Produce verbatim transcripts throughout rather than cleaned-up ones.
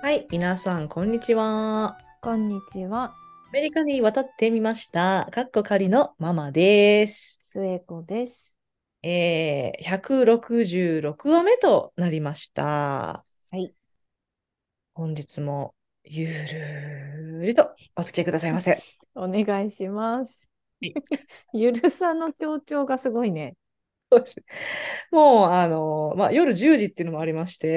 はい、皆さん、こんにちは。 こんにちは、 アメリカに渡ってみました。かっこ仮のママです。 末子です。 えー、ひゃくろくじゅうろくわめとなりました。 はい。 本日もゆるりとお付き合いくださいませ。 お願いします。 はい。 ゆるさの強調がすごいね。 そうです。もう、あの、まあ、夜じゅうじっていうのもありまして、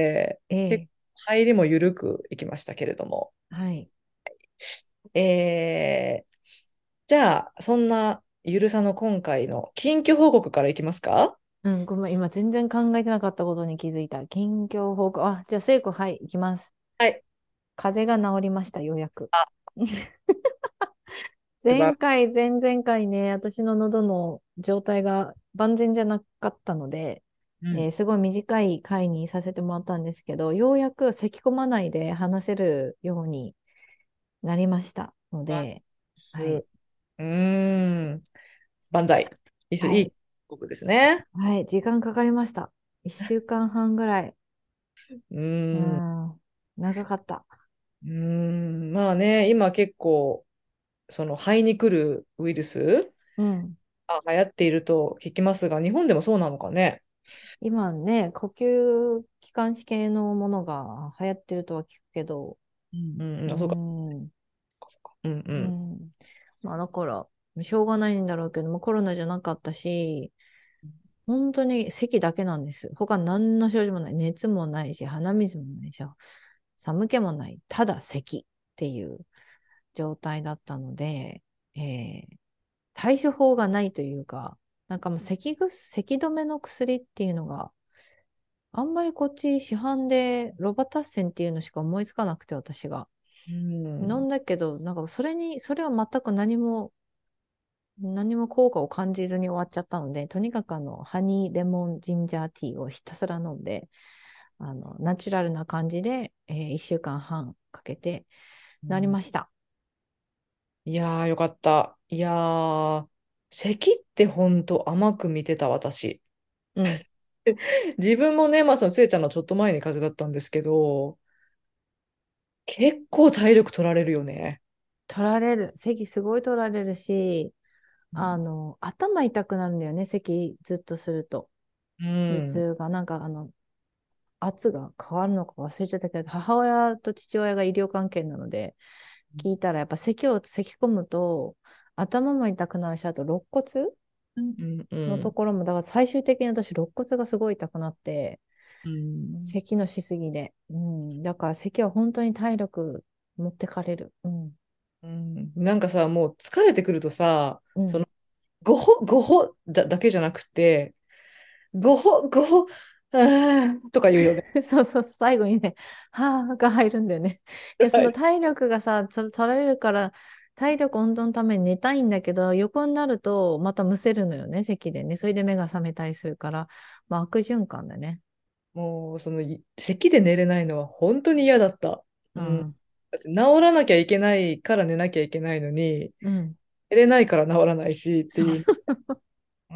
結ええ。 構入りもゆるくいきましたけれども。 はい。 えー、じゃあ、そんなゆるさの今回の近況報告からいきますか？ うん、ごめん、今全然考えてなかったことに気づいた。近況報告。あ、じゃあ、聖子、はい、行きます。 はい。 風邪が治りました、ようやく。 あ、素晴ら前回、前々回ね、私の喉の状態が万全じゃなかったので、 うん。 えーすごい短い回にさせてもらったんですけど、ようやく咳き込まないで話せるようになりましたので、 す。 はい。 うーん。万歳。いい、いいはい。 僕ですね。 はい。時間かかりました。いっしゅうかんはんぐらい。 ううーん。 ん。長かった。 うーん。まあね、今結構、その肺に来るウイルスうん。 が流行っていると聞きますが、日本でもそうなのかね。 今ね、呼吸器官支系のものが流行ってるとは聞くけど、 うんうんうん。 うあ、そうか。 ん。 そうか。うんううん。 ん。まあだから、しょうがないんだろうけども、コロナじゃなかったし、本当に咳だけなんです。他何の症状もない。熱もないし、鼻水もないし、寒気もない。ただ咳っていう状態だったので、えー対処法がないというか、なんかもう咳ぐ、咳止めの薬っていうのが、あんまりこっち市販でロバタッセンっていうのしか思いつかなくて、私が。 う飲んん。 だけど、なんかそれに、それは全く何も、何も効果を感じずに終わっちゃったので、とにかくあの、ハニーレモンジンジャーティーをひたすら飲んで、あの、ナチュラルな感じで、えー、いっしゅうかんはんかけて、なりうん。 ました。 いやー、よかった。いやー、咳ってほんと甘く見てた私。 うん。 自分もね、まあそのつえちゃんのちょっと前に風邪だったんですけど、結構体力取られるよね。 取られる。咳すごい取られるし、あうんの、頭痛くなるんだよね、咳ずっとすると。 う頭ん。 痛が、なんかあの、圧が変わるのか忘れちゃったけど、母親と父親が医療関係なので、聞いたらやっぱ咳を咳込むと、頭も痛くなるし、あと肋骨うんうのとんころも、だから最終的に私、肋骨がすごい痛くなって、 うん咳のしすぎで。うん。だから咳は本当に体力持ってかれる。うん。 うんなんかさ、もう疲れてくるとさ、 うん。 その、ごほ、ごほだ、だけじゃなくて、ごほ、ごほ、あーとか言うよね。 そうそう、最後にね、はぁが入るんだよね。で、その体力がさ、それ取られるから、体力温存のために寝たいんだけど、横になるとまたむせるのよね、咳でね。それで目が覚めたりするから、まあ悪循環だね。 もう、その、い咳で寝れないのは本当に嫌だった。うん。 うん。 だって治らなきゃいけないから寝なきゃいけないのに、 うん。 寝れないから治らないしっていう。 そうそう。 うん。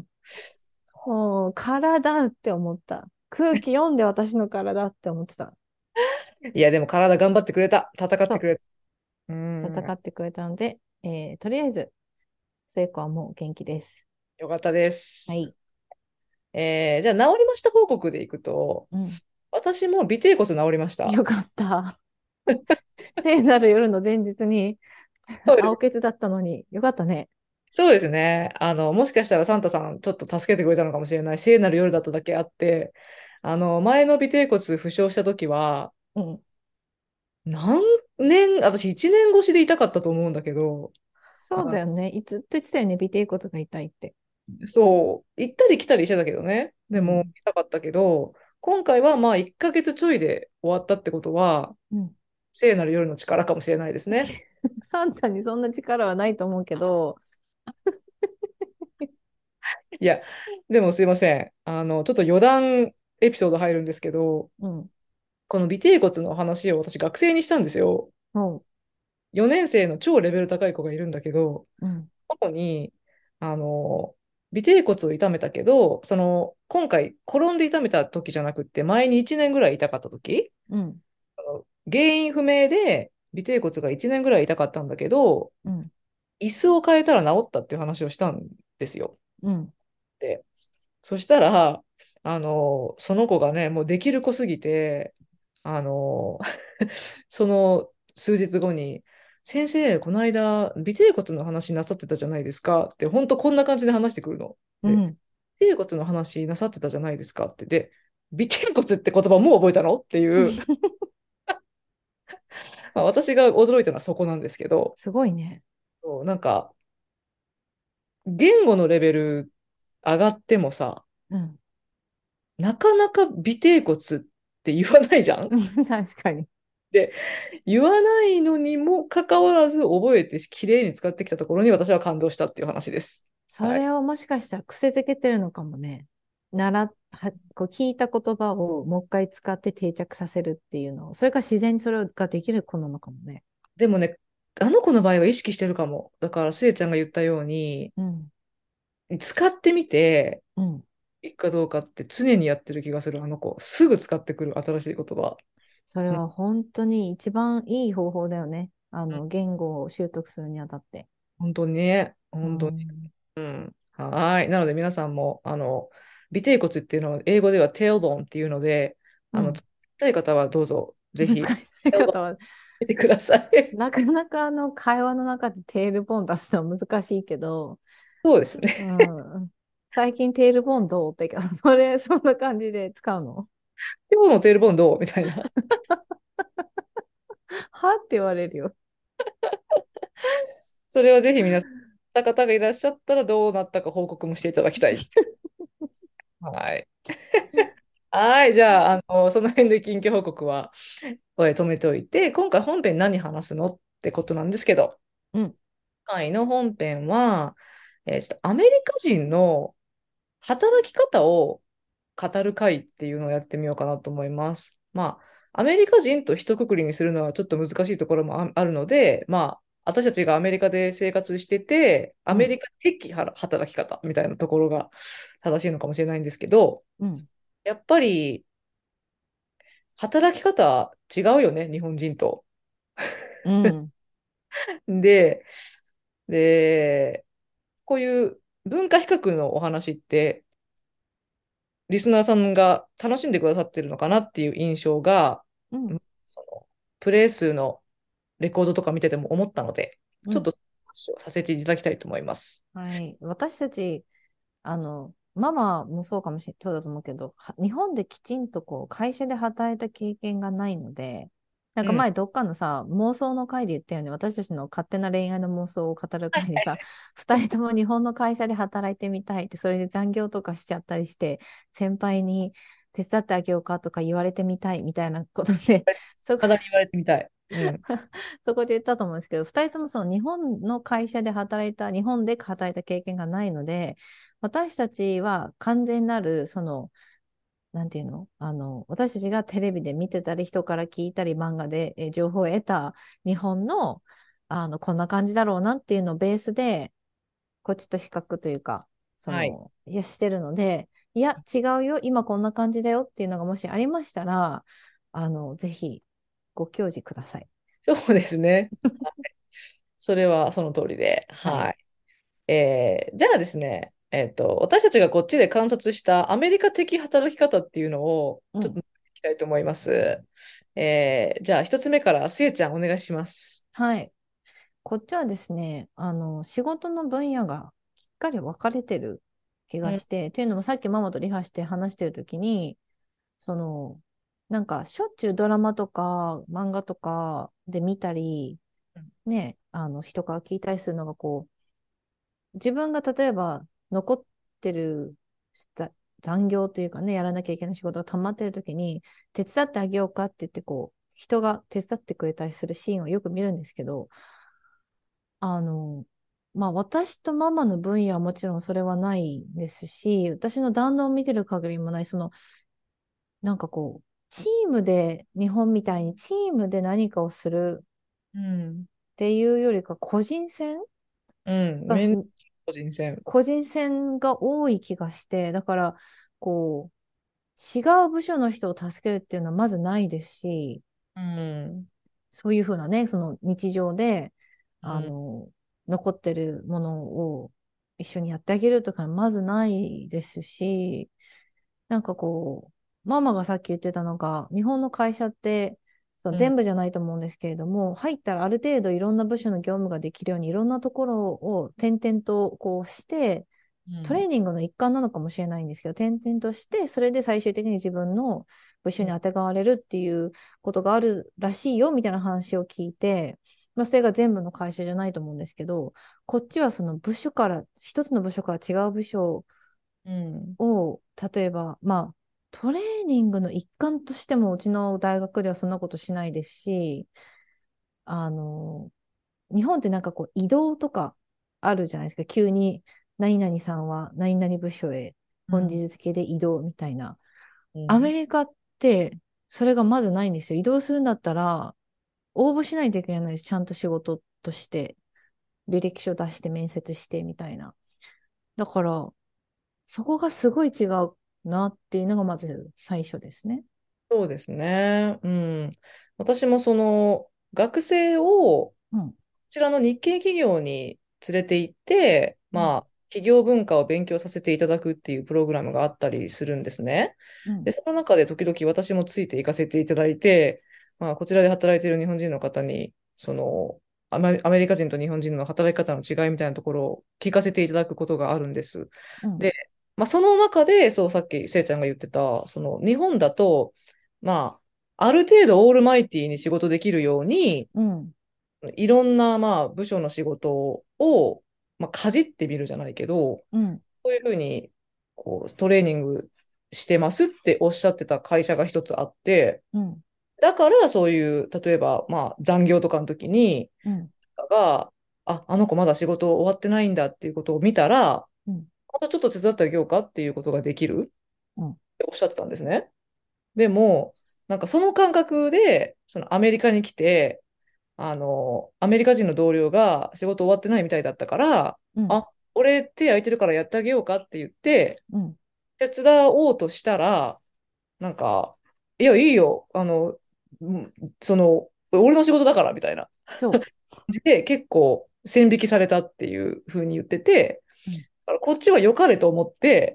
もう、体って思った。空気読んで私の体って思ってた。 いや、でも体頑張ってくれた。戦っそう。 てくれた。うん。 戦ってくれたので、えーとりあえず、聖子はもう元気です。 よかったです。 はい。 えーじゃあ治りました報告でいくと、 うん。 私も尾てい骨治りました。 よかった。聖なる夜の前日にそうです。 青血だったのに、よかったね。 そうですね。あの、もしかしたらサンタさんちょっと助けてくれたのかもしれない。聖なる夜だっただけあって、あの、前の尾てい骨負傷した時は、 うん。 何年、私いちねん越しで痛かったと思うんだけど、 そうあだよね。いずっと言ってたよね。尾てい骨が痛いって。 そう、行ったり来たりしてたけどね。でもうん。 痛かったけど、今回はまあいっかげつちょいで終わったってことは、 うん。 聖なる夜の力かもしれないですね。 サンタにそんな力はないと思うけど、 いや、でもすいません。あの、ちょっと余談エピソード入るんですけど、 うん。 この尾てい骨の話を私学生にしたんですよ。 もよねん生の超レベル高い子がいるんだけど、 う、うん。 過去に、あの、尾てい骨を痛めたけど、その、今回転んで痛めた時じゃなくって、前にいちねんぐらい痛かった時、 うん。 原因不明で尾てい骨がいちねんぐらい痛かったんだけど、 うん。 椅子を変えたら治ったっていう話をしたんですよ。 うん。 で、そしたら、あの、その子がね、もうできる子すぎて、あの、その数日後に、先生、この間、尾てい骨の話なさってたじゃないですかって、本当こんな感じで話してくるの。で、 うん。 尾てい骨の話なさってたじゃないですかって、で、尾てい骨って言葉もう覚えたのっていう、まあ、私が驚いたのはそこなんですけど、 すごいね。 そうなんか、言語のレベル上がってもさ、 うん。 なかなか尾てい骨って言わないじゃん。 確かに。 で、言わないのにもかかわらず覚えてきれいに使ってきたところに私は感動したっていう話です。はい。 それをもしかしたら癖づけてるのかもね。なら、は、こう聞いた言葉をもう一回使って定着させるっていうのを、それから自然にそれができる子なのかもね。 でもね、あの子の場合は意識してるかも。だから、せいちゃんが言ったように、 うん。 使ってみてうん。 いいかどうかって常にやってる気がする、あの子。すぐ使ってくる新しい言葉。 それうん、 は本当に一番いい方法だよね。あうん、 の、言語を習得するにあたって。 本当にね。 う本当に。 ん。 うん。はーい。なので皆さんも、あの、尾てい骨っていうのは英語では tailbone っていうので、あの、 うん。 使いたい方はどうぞ、ぜひ、 使いたい tailbone 方は、 見てください。 なかなかあの、会話の中でテールボーン出すのは難しいけど、 そうですね。 うん。最近テールボーンどうってか、それ、そんな感じで使うの？ 今日のテールボーンどうみたいな。 はって言われるよ。 それはぜひ皆さん、た方がいらっしゃったらどうなったか報告もしていただきたい。はい。はい。じゃあ、あの、その辺で近況報告は、えー止めておいて、今回本編何話すのってことなんですけど、 うん。 今回の本編は、えーちょっとアメリカ人の働き方を語る会っていうのをやってみようかなと思います。まあ、アメリカ人と一括りにするのはちょっと難しいところもああるので、まあ、私たちがアメリカで生活してて、アうん。 メリカ的は働き方みたいなところが正しいのかもしれないんですけど、 うん。 やっぱり働き方違うよね、日本人と。 うん。 で、で、こういう文化比較のお話って、リスナーさんが楽しんでくださってるのかなっていう印象が、 うん。 うんそのプレイ数のレコードとか見てても思ったので、 うん。 ちょっと話をさせていただきたいと思います。 はい。私たち、あの、ママもそうかもしれ、そうだと思うけど、は日本できちんとこう会社で働いた経験がないので、なんうん。 か前どっかのさ、妄想の回で言ったよね。私たちの勝手な恋愛の妄想を語る回でさ、二人とも日本の会社で働いてみたいって、それで残業とかしちゃったりして、先輩に手伝ってあげようかとか言われてみたいみたいなことで、そこ、 肌に言われてみたい。うん。 そこで言ったと思うんですけど、二人ともその日本の会社で働いた、日本で働いた経験がないので、私たちは完全なる、その、なんていうのあの、私たちがテレビで見てたり、人から聞いたり、漫画でえ情報を得た日本の、あの、こんな感じだろうなっていうのをベースで、こっちと比較というか、そはい。 の、いや、してるので、いや、違うよ、今こんな感じだよっていうのがもしありましたら、あの、ぜひ、ご教示ください。 そうですね。それはその通りで。 はい。 はい。えーじゃあですね、えっと、私たちがこっちで観察したアメリカ的働き方っていうのをうん。 ちょっと見ていきたいと思います。えーじゃあ一つ目からせいちゃんお願いします。 はい。こっちはですね、あの、仕事の分野がきっかり分かれてる気うん。 がして、っていうのもさっきママとリハして話してるときに、その、なんかしょっちゅうドラマとか漫画とかで見たり、ね、あの人から聞いたりするのがこう、自分が例えば残ってるざ残業というかね、やらなきゃいけない仕事が溜まってるときに、手伝ってあげようかって言ってこう、人が手伝ってくれたりするシーンをよく見るんですけど、あの、まあ私とママの分野はもちろんそれはないですし、私の旦那を見てる限りもない、その、なんかこう、チームで、日本みたいにチームで何かをするうん。 っていうよりか、個人戦うん。 がす、 面個人戦。 個人戦が多い気がして、だから、こう、違う部署の人を助けるっていうのはまずないですし、 うん。 そういうふうなね、その日常で、あうん。 の、残ってるものを一緒にやってあげるとかまずないですし、なんかこう、ママがさっき言ってたのが、日本の会社って、そのうん。 全部じゃないと思うんですけれども、入ったらある程度いろんな部署の業務ができるように、いろんなところを転々とこうして、トレーニングの一環なのかもしれないんですけど、転々として、それで最終的に自分の部署にあてがわれるっていうことがあるらしいよみたいな話を聞いて、まあ、それが全部の会社じゃないと思うんですけど、こっちはその部署から、一つの部署から違う部署うん。 を、例えば、まあ、トレーニングの一環としても、うちの大学ではそんなことしないですし、あの、日本ってなんかこう移動とかあるじゃないですか。急に何々さんは何々部署へ本うん。 日付で移動みたいな。アメうん。 リカってそれがまずないんですよ。移動するんだったら応募しないといけないです。ちゃんと仕事として履歴書出して面接してみたいな。だからそこがすごい違うなっていうのがまず最初ですね。 そうですね。うん。私もその学生をこうん。 ちらの日系企業に連れて行って、 うん。 まあ、企業文化を勉強させていただくっていうプログラムがあったりするんですね。 うん。 で、その中で時々私もついて行かせていただいて、まあ、こちらで働いている日本人の方に、その、アメアメリカ人と日本人の働き方の違いみたいなところを聞かせていただくことがあるんです。 うん。 で、まあ、その中で、そう、さっきせいちゃんが言ってた、その、日本だと、まあ、ある程度オールマイティに仕事できるように、 うん。 いろんな、まあ、部署の仕事を、まあ、かじってみるじゃないけど、 うん。 そういうふうに、こう、トレーニングしてますっておっしゃってた会社が一つあって、 うん。 だからそういう、例えば、まあ、残業とかの時に、 うん。 が、あ、あの子まだ仕事終わってないんだっていうことを見たら、 うん。 またちょっと手伝ってあげようかっていうことができるうん。 っておっしゃってたんですね。でも、なんかその感覚で、そのアメリカに来て、あの、アメリカ人の同僚が仕事終わってないみたいだったから、 うん。 あ、俺手空いてるからやってあげようかって言って、 うん。 手伝おうとしたら、なんか、いや、いいよ、あの、うんその、俺の仕事だからみたいなそ感じで、結構線引きされたっていうふうに言ってて、 う。うん。 だからこっちは良かれと思って、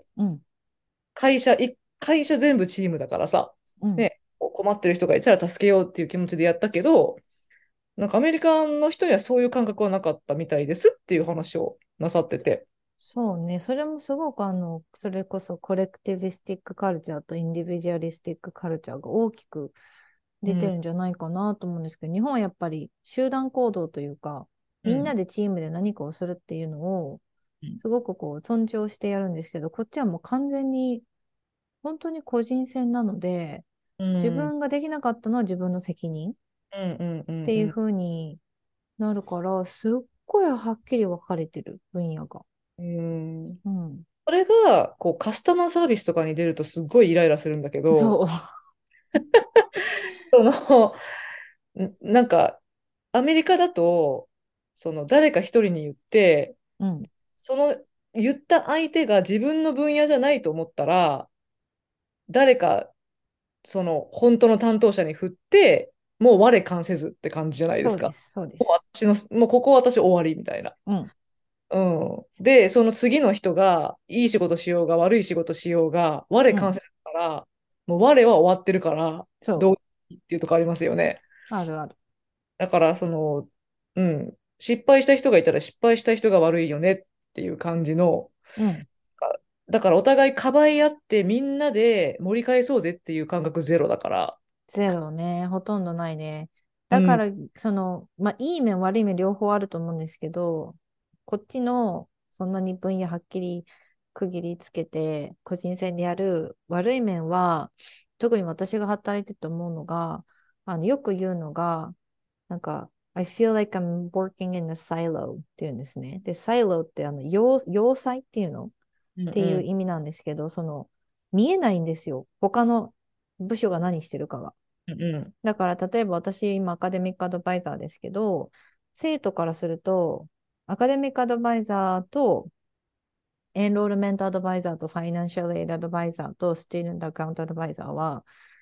うん。 会社、い会社全部チームだからさ、 うん。 ね、困ってる人がいたら助けようっていう気持ちでやったけど、なんかアメリカの人にはそういう感覚はなかったみたいですっていう話をなさってて。 そうね。それもすごくあの、それこそコレクティビスティックカルチャーとインディビジュアリスティックカルチャーが大きく出てうん、 るんじゃないかなと思うんですけど、日本はやっぱり集団行動というか、 うん、 みんなでチームで何かをするっていうのを、 うん、 すごくこう尊重してやるんですけど、こっちはもう完全に本当に個人戦なので、 うん、 自分ができなかったのは自分の責任っうん、うん、うん。 ていう風になるから、すっごいはっきり分かれてる分野が。 うんうん。 それが、こう、カスタマーサービスとかに出るとすっごいイライラするんだけど、 そう。 その、んなんか、アメリカだと、その、誰か一人に言って、 うん。 その、言った相手が自分の分野じゃないと思ったら、誰か、その、本当の担当者に振って、もう我関せずって感じじゃないですか。 そうです。そうでもうす。 私の、もうここは私終わりみたいな。 うん。 うん。で、その次の人が、いい仕事しようが、悪い仕事しようが、我うん。 関せずだから、もう我は終わってるから、 そどうっていうとこありますよね。 う。あるある。 だから、その、うん。失敗した人がいたら失敗した人が悪いよねっていう感じの、 うん。 かだからお互いかばい合ってみんなで盛り返そうぜっていう感覚ゼロだから。 ゼロね。ほとんどないね。 うん、 だから、その、まあ、いい面悪い面両方あると思うんですけど、こっちの、そんなに分野はっきり区切りつけて、個人戦でやる悪い面は、特に私が働いてて思うのが、あの、よく言うのが、なんか、I feel like I'm working in a silo っていうんですね。で、silo ってあの、要、要塞っていうのっうん、 ていううん、 意味なんですけど、その、見えないんですよ。他の部署が何してるかが。 うん、 だから、例えば私、今、アカデミックアドバイザーですけど、生徒からすると、アカデミックアドバイザーと、エンロールメントアドバイザーと、ファイナンシャルエイドアドバイザーと、スチーデントアカウントアドバイザーは、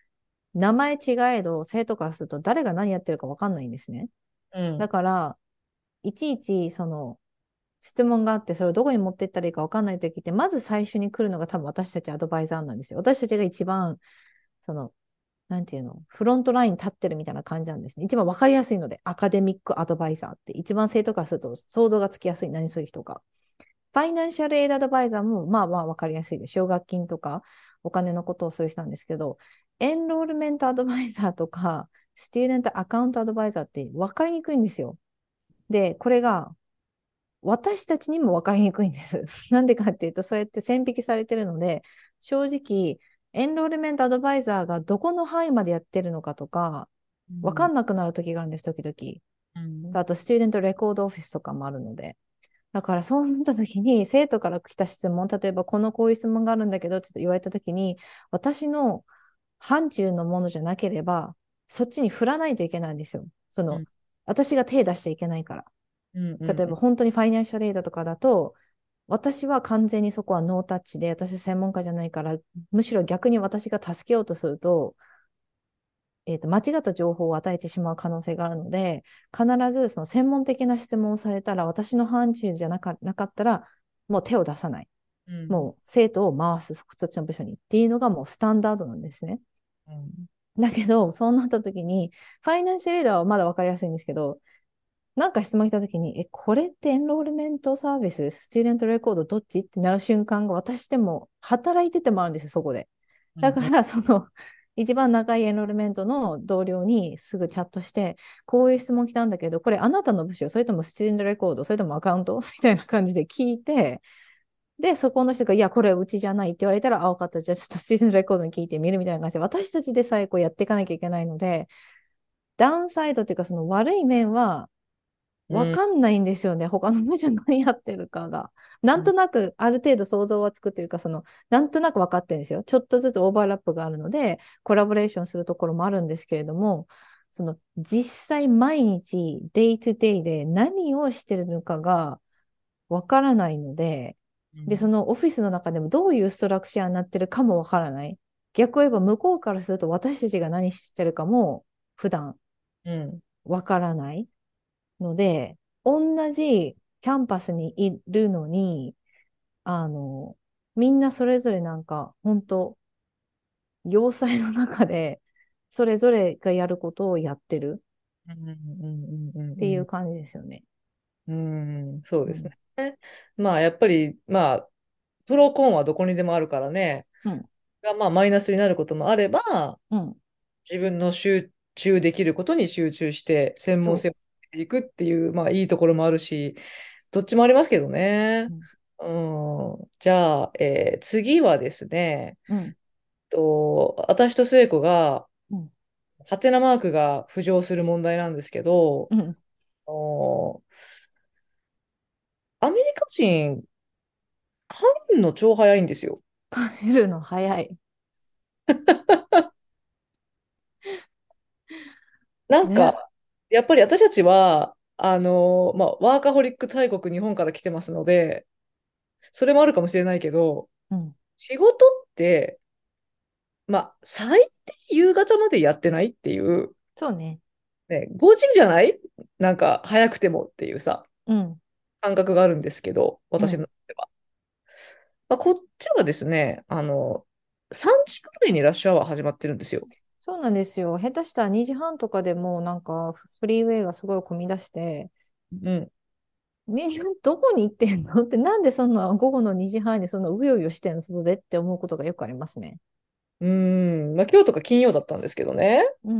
名前違えど、生徒からすると誰が何やってるか分かんないんですね。だうん。 から、いちいち、その、質問があって、それをどこに持っていったらいいか分かんないときって、まず最初に来るのが多分私たちアドバイザーなんですよ。私たちが一番、その、なんていうの、フロントラインに立ってるみたいな感じなんですね。一番分かりやすいので、アカデミックアドバイザーって、一番生徒からすると想像がつきやすい、何する人か。ファイナンシャルエイドアドバイザーも、まあまあ分かりやすいです。奨学金とか、お金のことをする人なんですけど、エンロールメントアドバイザーとか、スチューデントアカウントアドバイザーって分かりにくいんですよ。で、これが私たちにも分かりにくいんです。なんでかっていうと、そうやって線引きされてるので、正直、エンロールメントアドバイザーがどこの範囲までやってるのかとか、分かうん。 んなくなる時があるんです、時々。 うん。 あと、スチューデントレコードオフィスとかもあるので。だから、そうなった時に、生徒から来た質問、例えば、このこういう質問があるんだけどって言われた時に、私の範疇のものじゃなければ、そっちに振らないといけないんですよ。その、 うん。 私が手出しちゃいけないから。 うん。 例えば本当にファイナンシャルエイドとかだと、私は完全にそこはノータッチで、私は専門家じゃないから、むしろ逆に私が助けようとすると、えーと、間違った情報を与えてしまう可能性があるので、必ずその専門的な質問をされたら、私の範疇じゃなか、なかったら、もう手を出さない。 うん。 もう生徒を回す、そっちの部署にっていうのがもうスタンダードなんですね。 うん。 だけど、そうなった時に、ファイナンシャルエイドはまだ分かりやすいんですけど、なんか質問来たときに、え、これってエンロールメントサービス、スチューデントレコードどっちってなる瞬間が私でも働いててもあるんですよ、そこで。 うん。 だから、その、一番長いエンロールメントの同僚にすぐチャットして、こういう質問来たんだけど、これあなたの部署、それともスチューデントレコード、それともアカウントみたいな感じで聞いて、で、そこの人が、いや、これうちじゃないって言われたら、あ、分かった、じゃあちょっとスチューデントレコードに聞いてみるみたいな感じで、私たちでさえこうやっていかなきゃいけないので、ダウンサイドっていうか、その悪い面は、 うん。 わかんないんですよね。他の部署何やってるかが。なんとなくある程度想像はつくというか、その、なんとなく分かってるんですよ。ちょっとずつオーバーラップがあるので、コラボレーションするところもあるんですけれども、その、実際毎日、デイトゥデイで何をしてるのかが分からないので、で、そうん。 のオフィスの中でもどういうストラクチャーになってるかも分からない。逆を言えば向こうからすると私たちが何してるかも普段うん。 分からないので、同じキャンパスにいるのに、あの、みんなそれぞれなんか、本当要塞の中で、それぞれがやることをやってるうん。うん。うん。 っていううん。 感じですよね。 うん。そうですうん。 ね。まあ、やっぱり、まあ、プロコンはどこにでもあるからね。 うん。 が、まあ、マイナスになることもあれば、 うん。 自分の集中できることに集中して、専門そ性をつけていくっていう、まあ、いいところもあるし、どっちもありますけどね。 う。うん。 うん。じゃあ、えー次はですね、 うん。 と、私と聖子が、 うん。 ハテナマークが浮上する問題なんですけど、 うん。 おアメリカ人、帰るの超早いんですよ。 帰るの早い。 なんね。 か、やっぱり私たちは、あのまあ、ワーカホリック大国日本から来てますので、それもあるかもしれないけど、 うん。 仕事って、まあ、最低夕方までやってないっていう、 そうね。 ね、ごじじゃないなんか、早くてもっていうさ、 うん。 感覚があるんですけど、私のうん。 中では。まあ、こっちはですね、あの、さんじくらいにラッシュアワー始まってるんですよ。 そうなんですよ。下手したらにじはんとかでもうなんかフリーウェイがすごい混み出して、 うん。 みんなどこに行ってんのって、なんでそんな午後のにじはんにそのうようよしてんの外でって思うことがよくありますね。 うーん。まあ、今日とか金曜だったんですけどね。 うん。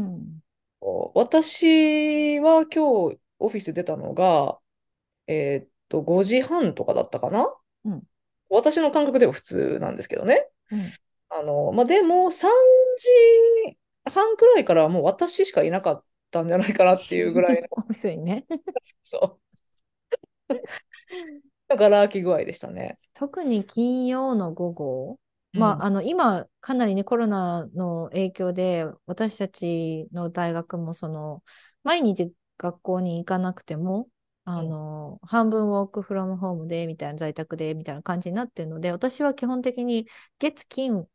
私は今日オフィス出たのが、えーっと、ごじはんとかだったかな。 うん。 私の感覚では普通なんですけどね。 うん。 あの、まあ、でもさんじはんくらいからはもう私しかいなかったんじゃないかなっていうぐらいの、 オフィスにね。 そう、ガラ空き具合でしたね。 特に金曜の午後、まあ、 うん。 あの今、かなりね、コロナの影響で、私たちの大学もその毎日学校に行かなくても、あうん。 の半分ウォークフロムホームでみたいな、在宅でみたいな感じになってるので、私は基本的に月金、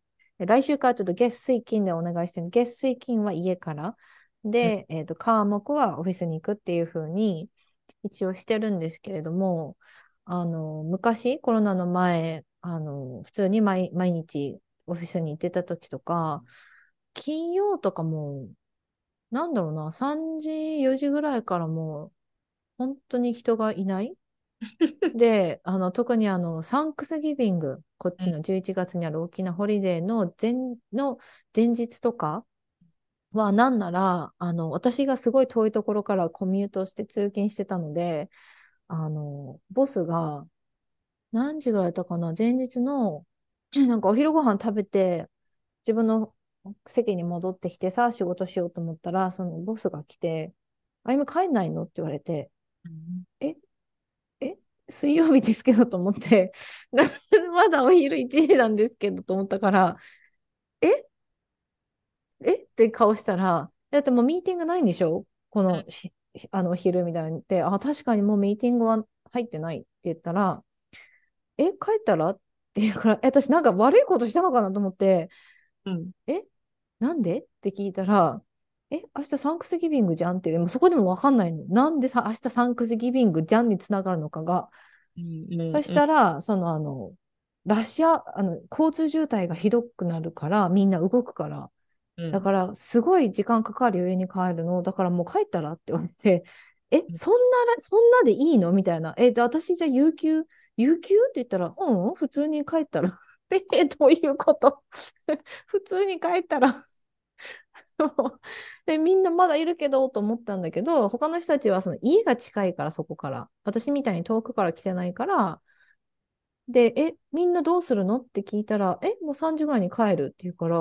来週からちょっと月水金でお願いしてる。月水金は家から。 うんで、えっと、火木はオフィスに行くっていう風に一応してるんですけれども、あの、昔、コロナの前、あの、普通に毎、毎日オフィスに行ってた時とか、金曜とかも、なんだろうな、さんじ、よじぐらいからもう、本当に人がいない。で、あの、特にあの、サンクスギビング、こっうん。 ちのじゅういちがつにある大きなホリデーの前、の前日とかは、なんなら、あの、私がすごい遠いところからコミュートして通勤してたので、あの、ボスが、何時ぐらいだったかな、前日の、なんかお昼ご飯食べて、自分の席に戻ってきて、さあ仕事しようと思ったら、そのボスが来て、あ、今帰んないのって言われて、ええ水曜日ですけどと思って、なまだお昼いちじなんですけどと思ったから、ええって顔したら、だってもうミーティングないんでしょこのしあのお昼みたいに言って、あ、確かにもうミーティングは入ってないって言ったら、え、帰ったらって言うから、え、私なんか悪いことしたのかなと思って、 うん。 え、なんでって聞いたら、え、明日サンクスギビングじゃんって、もうそこでもわかんないの。なんでさ、明日サンクスギビングじゃんにつながるのかが。 うんうそしんうんたら、そのあの、ラッシュア、あの、交通渋滞がひどくなるから、みんな動くから。だうんから、すごい時間かかるよ、家に帰るの。だからもう帰ったらって言われて、え、そんなら、そんなでいいのみたいな。え、じゃあ私じゃあ有給、有給って言ったら、うん、普通に帰ったら。え、どういうこと普通に帰ったらで、みんなまだいるけどと思ったんだけど、他の人たちはその家が近いからそこから。私みたいに遠くから来てないから、で、え、みんなどうするのって聞いたら、え、もうさんじぐらいに帰るって言うから、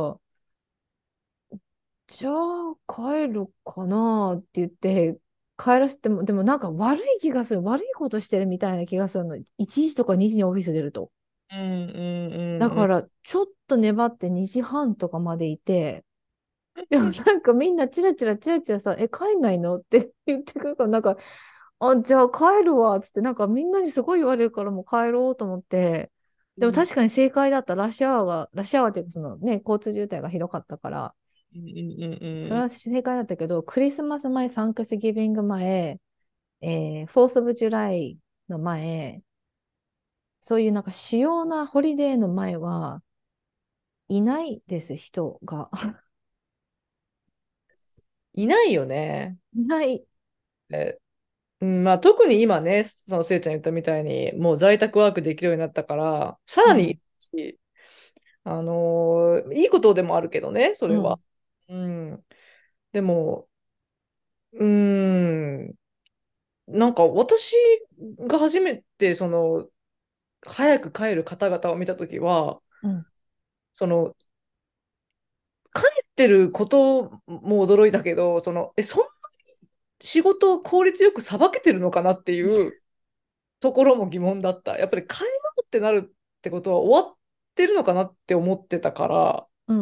じゃあ帰るかなって言って、帰らせても、でもなんか悪い気がする。悪いことしてるみたいな気がするの。いちじとかにじにオフィス出ると。 うんうんうんだから、ちょっと粘ってにじはんとかまでいて、でもなんかみんなチラチラチラチラさ、え、帰んないのって言ってくるから、なんか、あ、じゃあ帰るわ、つって、なんかみんなにすごい言われるからもう帰ろうと思って、でもうん確かに正解だった。ラッシュアワーが、ラッシュアワーっていうかそのね、交通渋滞がひどかったから、 うんうんうんそれは正解だったけど、クリスマス前、サンクスギビング前、えー、フォースオブジュライの前、そういうなんか主要なホリデーの前はいないです、人が。 いないよね。 いない。 えうんまあ、特に今ね、そのせいちゃん言ったみたいに、もう在宅ワークできるようになったから、さらにいうん。 いし、あのーいいことでもあるけどね、それは。 うん。 うん。でも、うーん、なんか私が初めて、その、早く帰る方々を見たときは、 うん。 その、帰ってることも驚いたけど、その、え、そんな仕事を効率よくさばけてるのかなっていうところも疑問だった。やっぱり帰ろうってなるってことは終わってるのかなって思ってたから、 うん。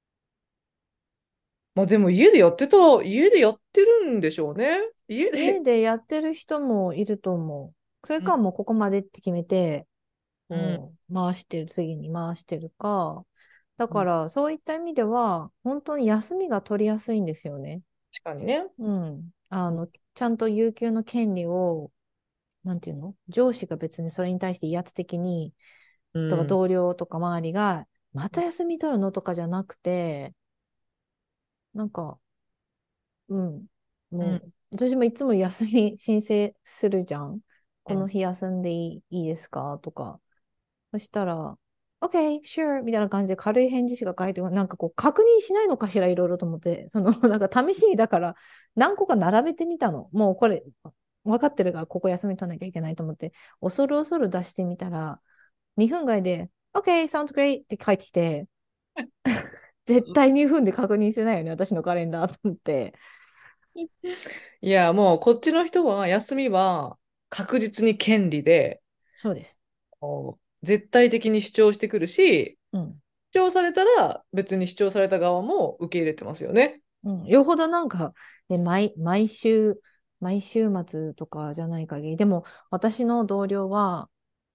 まあでも家でやってた、家でやってるんでしょうね。家で。 家でやってる人もいると思う。それうん、 かもうここまでって決めて、 うん、 もう回してる、次に回してるか。だうん。 からそういった意味では、本当に休みが取りやすいんですよね。 確かにね。 うん。あの、ちゃんと有給の権利を、なんていうの上司が別にそれに対して威圧的に、とかうん、 同僚とか周りが、また休み取るのとかじゃなくて、なんか、うん。 うん、 もう、私もいつも休み申請するじゃん。 うん。 この日休んでいい、いいですかとか。そしたら、OK, sure みたいな感じで軽い返事しか書いてこない。なんかこう確認しないのかしら、いろいろと思って。その、なんか試しにだから何個か並べてみたの。もうこれ分かってるからここ休み取らなきゃいけないと思って、恐る恐る出してみたら、にふんぐらいで OK, sounds great って書いてきて、絶対にふんで確認してないよね、私のカレンダーと思って。 いや、もうこっちの人は休みは確実に権利で、 そうです。 こう絶対的に主張してくるし、 うん。 主張されたら別に主張された側も受け入れてますよね。 うん、よほどなんか、ね、毎、毎週、毎週末とかじゃない限り、でも私の同僚は、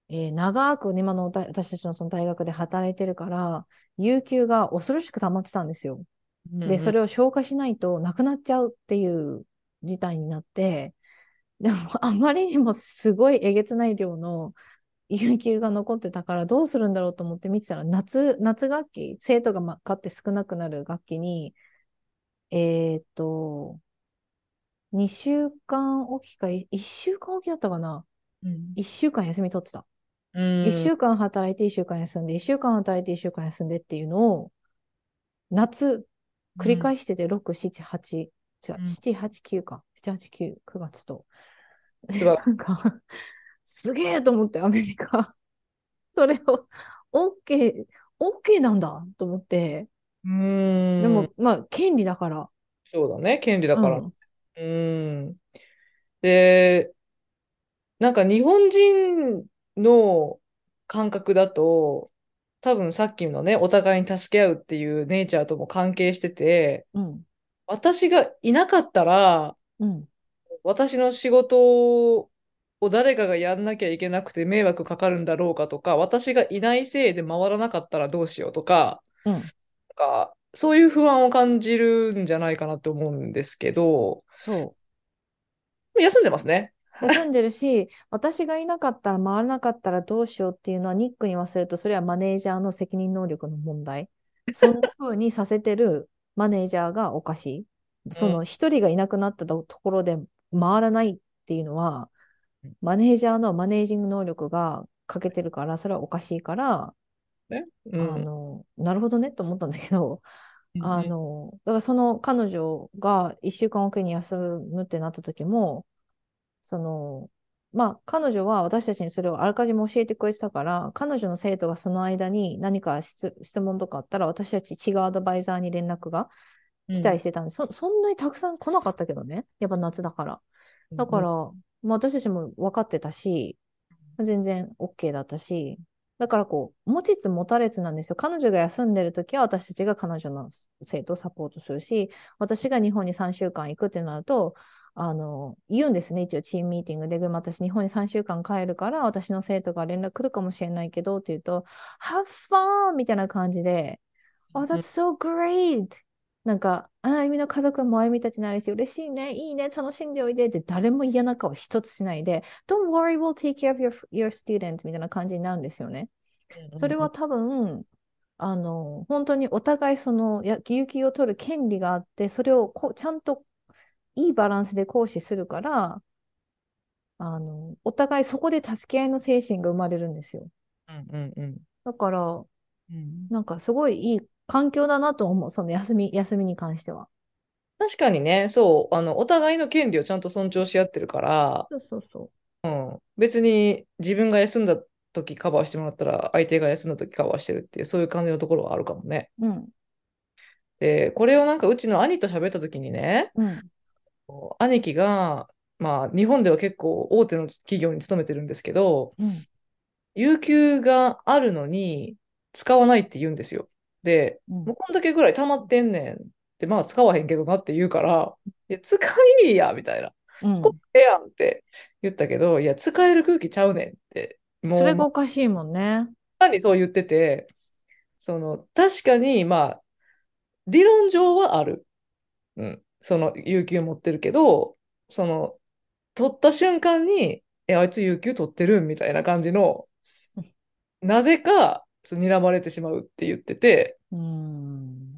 えー長く今の大私たちのその大学で働いてるから、有給が恐ろしく溜まってたんですよ。で、 うんうん。 それを消化しないとなくなっちゃうっていう事態になって、でもあまりにもすごいえげつない量の有給が残ってたからどうするんだろうと思って見てたら、夏、夏学期、生徒がまかって少なくなる学期に、えーっと、にしゅうかんおきか、いっしゅうかんおきだったかな？ うん。 いっ 週間休み取ってた。 う 1 ん。 週間働いていっしゅうかん休んで、いっしゅうかん働いていっしゅうかん休んでっていうのを、夏、繰りうん。 返してて、ろく、しち、はち、違う、 うん。 なな、はち、きゅうか。なな、はち、きゅう、くがつと。 素晴らしなんか、すげえと思って、アメリカ。それを、OK、OK なんだと思って。 い。うーん。 でも、まあ、権利だから。 そうだね。権利だから。 うん、 うーん。で、なんか日本人の感覚だと、多分さっきのね、お互いに助け合うっていうネイチャーとも関係してて、 うん、 私がいなかったら、 うん、 私の仕事を誰かがやんなきゃいけなくて迷惑かかるんだろうかとか、私がいないせいで回らなかったらどうしようとか、 うん。 なんかそういう不安を感じるんじゃないかなと思うんですけど、 そう。 休んでますね。 休んでるし、私がいなかったら回らなかったらどうしようっていうのはニックに言わせると、それはマネージャーの責任能力の問題。そんな風にさせてるマネージャーがおかしい。 うん。 その一人がいなくなったところで回らないっていうのは、マネージャーのマネージング能力が欠けてるから、それはおかしいから、 ね。うん。 あの、なるほどねと思ったんだけど、 うんうんあの、だからその彼女が一週間おきに休むってなった時も、その、まあ、彼女は私たちにそれをあらかじめ教えてくれてたから、彼女の生徒がその間に何か質、質問とかあったら、私たち違うアドバイザーに連絡が来たりうんしてたんで、そ、そんなにたくさん来なかったけどね。やっぱ夏だから。だから、 うんまあ、私たちも分かってたし、全然 OK だったし、だからこう、持ちつ持たれつなんですよ。彼女が休んでる時は私たちが彼女の生徒をサポートするし、私が日本にさんしゅうかん行くってなると、あの、言うんですね。一応チームミーティングで、でも私日本にさんしゅうかん帰るから、私の生徒が連絡来るかもしれないけどって言うと、Have fun! みたいな感じで、Oh, うん that's so great! なんか、ああゆみの家族もあゆみたちになるし、嬉しいね、いいね、楽しんでおいでって誰も嫌な顔一つしないで、Don't worry, we'll take care of your, your students みたいな感じになるんですよね。それは多分、あの、本当にお互いその、や有給を取る権利があって、それをこうちゃんといいバランスで行使するから、あの、お互いそこで助け合いの精神が生まれるんですよ。 うんうんうんだから、 うん。 なんかすごいいい環境だなと思う、その休み、休みに関しては。 確かにね、そう、あの、お互いの権利をちゃんと尊重し合ってるから、 そうそうそうん、別に自分が休んだ時カバーしてもらったら、相手が休んだ時カバーしてるっていう、そういう感じのところはあるかもね。 う。うん、 で、これをなんかうちの兄と喋った時にね、 うん、 兄貴が、まあ、日本では結構大手の企業に勤めてるんですけど、 うん、 有給があるのに使わないって言うんですよ。で、 うん、 もうこんだけぐらい溜まってんねんって、まあ使わへんけどなって言うから、いや、使いや、みたいな。使っうん。 てやんって言ったけど、いや、使える空気ちゃうねんって、 それがもうまおかしいもんね。 さにそう言ってて、その、確かに、まあ、理論上はある。うん。その、有給持ってるけど、その、取った瞬間に、え、あいつ有給取ってるみたいな感じの、なぜか、そう睨まれてしまうって言ってて、 うん、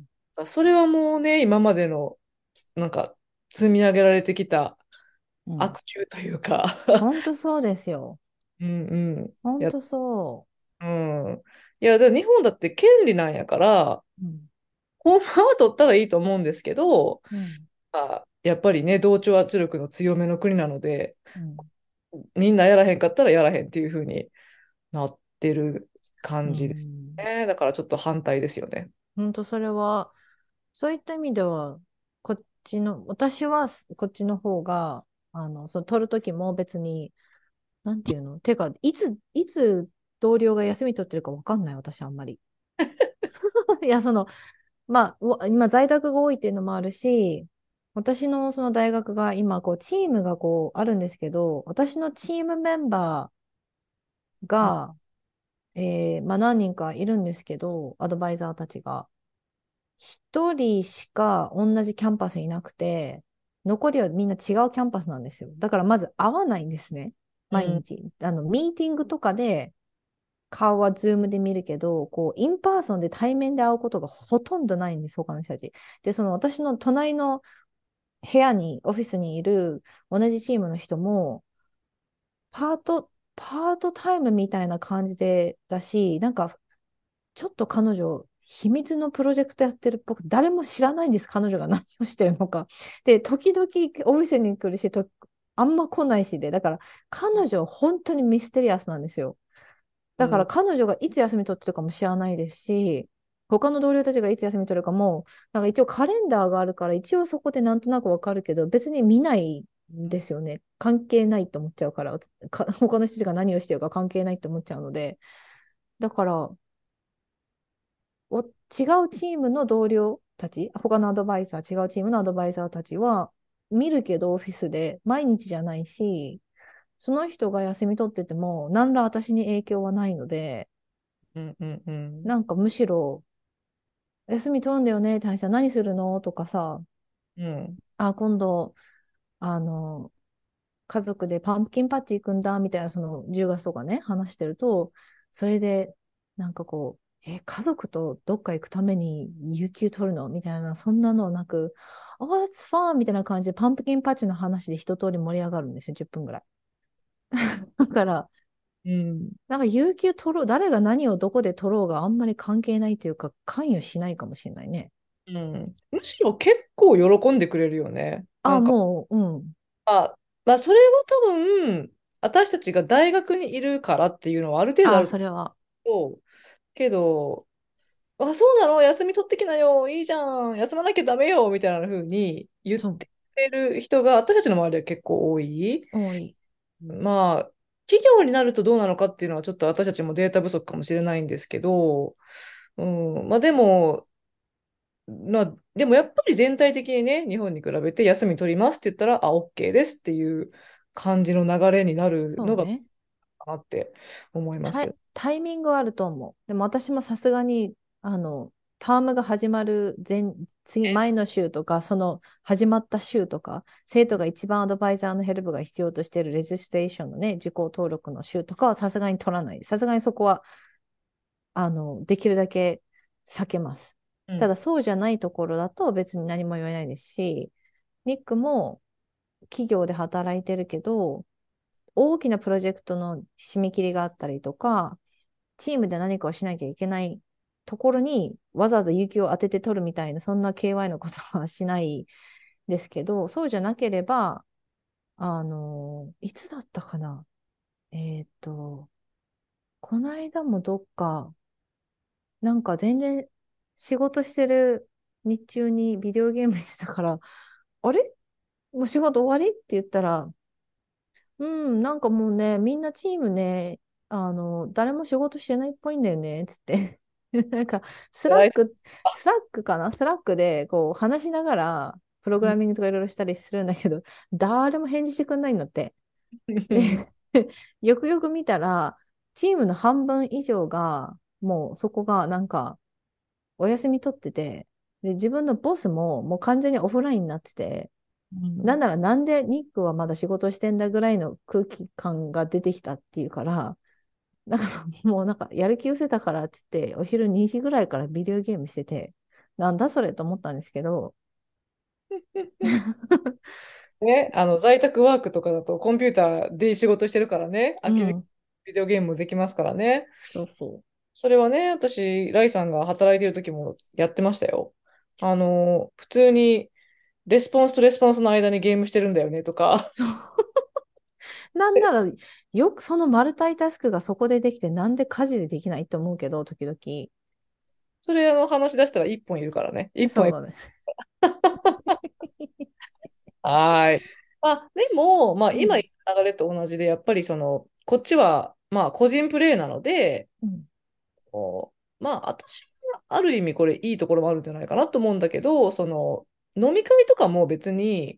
それはもうね、今までの、なんか、積み上げられてきたうん。 悪中というかほんとそうですよ。 うんうん。いや、 ほんとそうん。いや、だから日本だって権利なんやから、 う。うん、 ほんまは取ったらいいと思うんですけど、 うん、 あ、やっぱりね、同調圧力の強めの国なので、 うん。 みんなやらへんかったらやらへんっていう風になってるう感じですん。 ね。だからちょっと反対ですよね。 本当それは、そういった意味では、こっちの、私はこっちの方が、あの、その取るときも別に、なんていうのてか、いつ、いつ同僚が休み取ってるかわかんない、私あんまり。いや、その、まあ、わ今在宅が多いっていうのもあるし、私のその大学が今、こう、チームがこう、あるんですけど、私のチームメンバー、 うん、 が、えーまあ、何人かいるんですけど、アドバイザーたちが。一人しか同じキャンパスにいなくて、残りはみんな違うキャンパスなんですよ。だからまず会わないんですね。 うん、 毎日。あの、ミーティングとかで顔はズームで見るけど、こう、インパーソンで対面で会うことがほとんどないんです、他の人たち。で、その私の隣の部屋に、オフィスにいる同じチームの人も、パート、パートタイムみたいな感じでだし、なんか、ちょっと彼女、秘密のプロジェクトやってるっぽく、誰も知らないんです、彼女が何をしてるのか。で、時々オフィスに来るし、とあんま来ないしで、だから彼女、本当にミステリアスなんですよ。だからうん、 彼女がいつ休み取ってるかも知らないですし、他の同僚たちがいつ休み取るかも、なんか一応カレンダーがあるから、一応そこでなんとなくわかるけど、別に見ないんですよね。関係ないと思っちゃうから、か他の人たちが何をしてるか関係ないと思っちゃうので、だから、お違うチームの同僚たち、他のアドバイザー、違うチームのアドバイザーたちは、見るけどオフィスで毎日じゃないし、その人が休み取ってても、何ら私に影響はないので、 うん、うん、うん、 なんかむしろ、休み取るんだよねって話したら何するのとかさ、 うん、 あ、今度、あの、家族でパンプキンパッチ行くんだみたいな、そのじゅうがつとかね、話してると、それで、なんかこう、え、家族とどっか行くために有給取るのみたいな、そんなのなく、Oh, that's fun! みたいな感じで、パンプキンパッチの話で一通り盛り上がるんですよ、じゅっぷんぐらい。だから、 うん、 なんか有給取ろう、誰が何をどこで取ろうがあんまり関係ないというか、関与しないかもしれないね。 うん。むしろ結構喜んでくれるよね。なあ、 んか、 もう、うん。 まあ、まあ、それは多分、私たちが大学にいるからっていうのはある程度ああ、 るけそれは、 ど、けど、あ、そうなの休み取ってきなよ、いいじゃん、休まなきゃダメよ、みたいな風に言っそう、 てくれる人が私たちの周りでは結構多い。 多い。 まあ、企業になるとどうなのかっていうのはちょっと私たちもデータ不足かもしれないんですけど、うん、まあでも、まあ、でもやっぱり全体的にね、日本に比べて休み取りますって言ったら、あ、OK ですっていう感じの流れになるのがかそうね。 なって思いますタイ、 けど。 タイミングはあると思う。でも私もさすがに、あの、タームが始まる前、次、前の週とか、その始まった週とか、生徒が一番アドバイザーのヘルプが必要としているレジストレーションのね、受講登録の週とかはさすがに取らない。さすがにそこは、あの、できるだけ避けます。 うん、 ただそうじゃないところだと別に何も言えないですし、ニックも企業で働いてるけど、大きなプロジェクトの締め切りがあったりとか、チームで何かをしなきゃいけないところにわざわざ有給を当てて取るみたいな、そんな ケーワイ のことはしないですけど、そうじゃなければ、あの、いつだったかな。えっと、この間もどっか、なんか全然仕事してる日中にビデオゲームしてたから、あれもう仕事終わりって言ったら、うん、なんかもうね、みんなチームね、あの、誰も仕事してないっぽいんだよね、つって。なんか、スラック、スラックかなスラックで、こう、話しながら、プログうん、 ラミングとかいろいろしたりするんだけど、誰も返事してくんないんだって。で、 うん、 よくよく見たら、チームの半分以上が、もうそこがなんか、お休み取ってて、で、自分のボスももう完全にオフラインになってて、なんならなんでニックはまだ仕事してんだぐらいの空気感が出てきたっていうから、だからもうなんかやる気失せたからって言って、お昼にじぐらいからビデオゲームしてて、なんだそれと思ったんですけど、 ね、あの在宅ワークとかだとコンピューターで仕事してるからね、空き時間うん、 ビデオゲームもできますからね。 そうそそれはね、私、ライさんが働いてる時もやってましたよ。あの、普通にレスポンスとレスポンスの間にゲームしてるんだよねとか、 う。なんなら、よくそのマルタイタスクがそこでできて、なんで家事でできないと思うけど、時々。 それあの話し出したらいっぽんいるからね。いっぽんいる。 そうだね。 はーい。まあ、でも、まあ、 うん。 今言った流れと同じで、やっぱりその、こっちは、まあ、個人プレイなので、 うん。 こうまあ、私はある意味これいいところもあるんじゃないかなと思うんだけど、その、飲み会とかも別に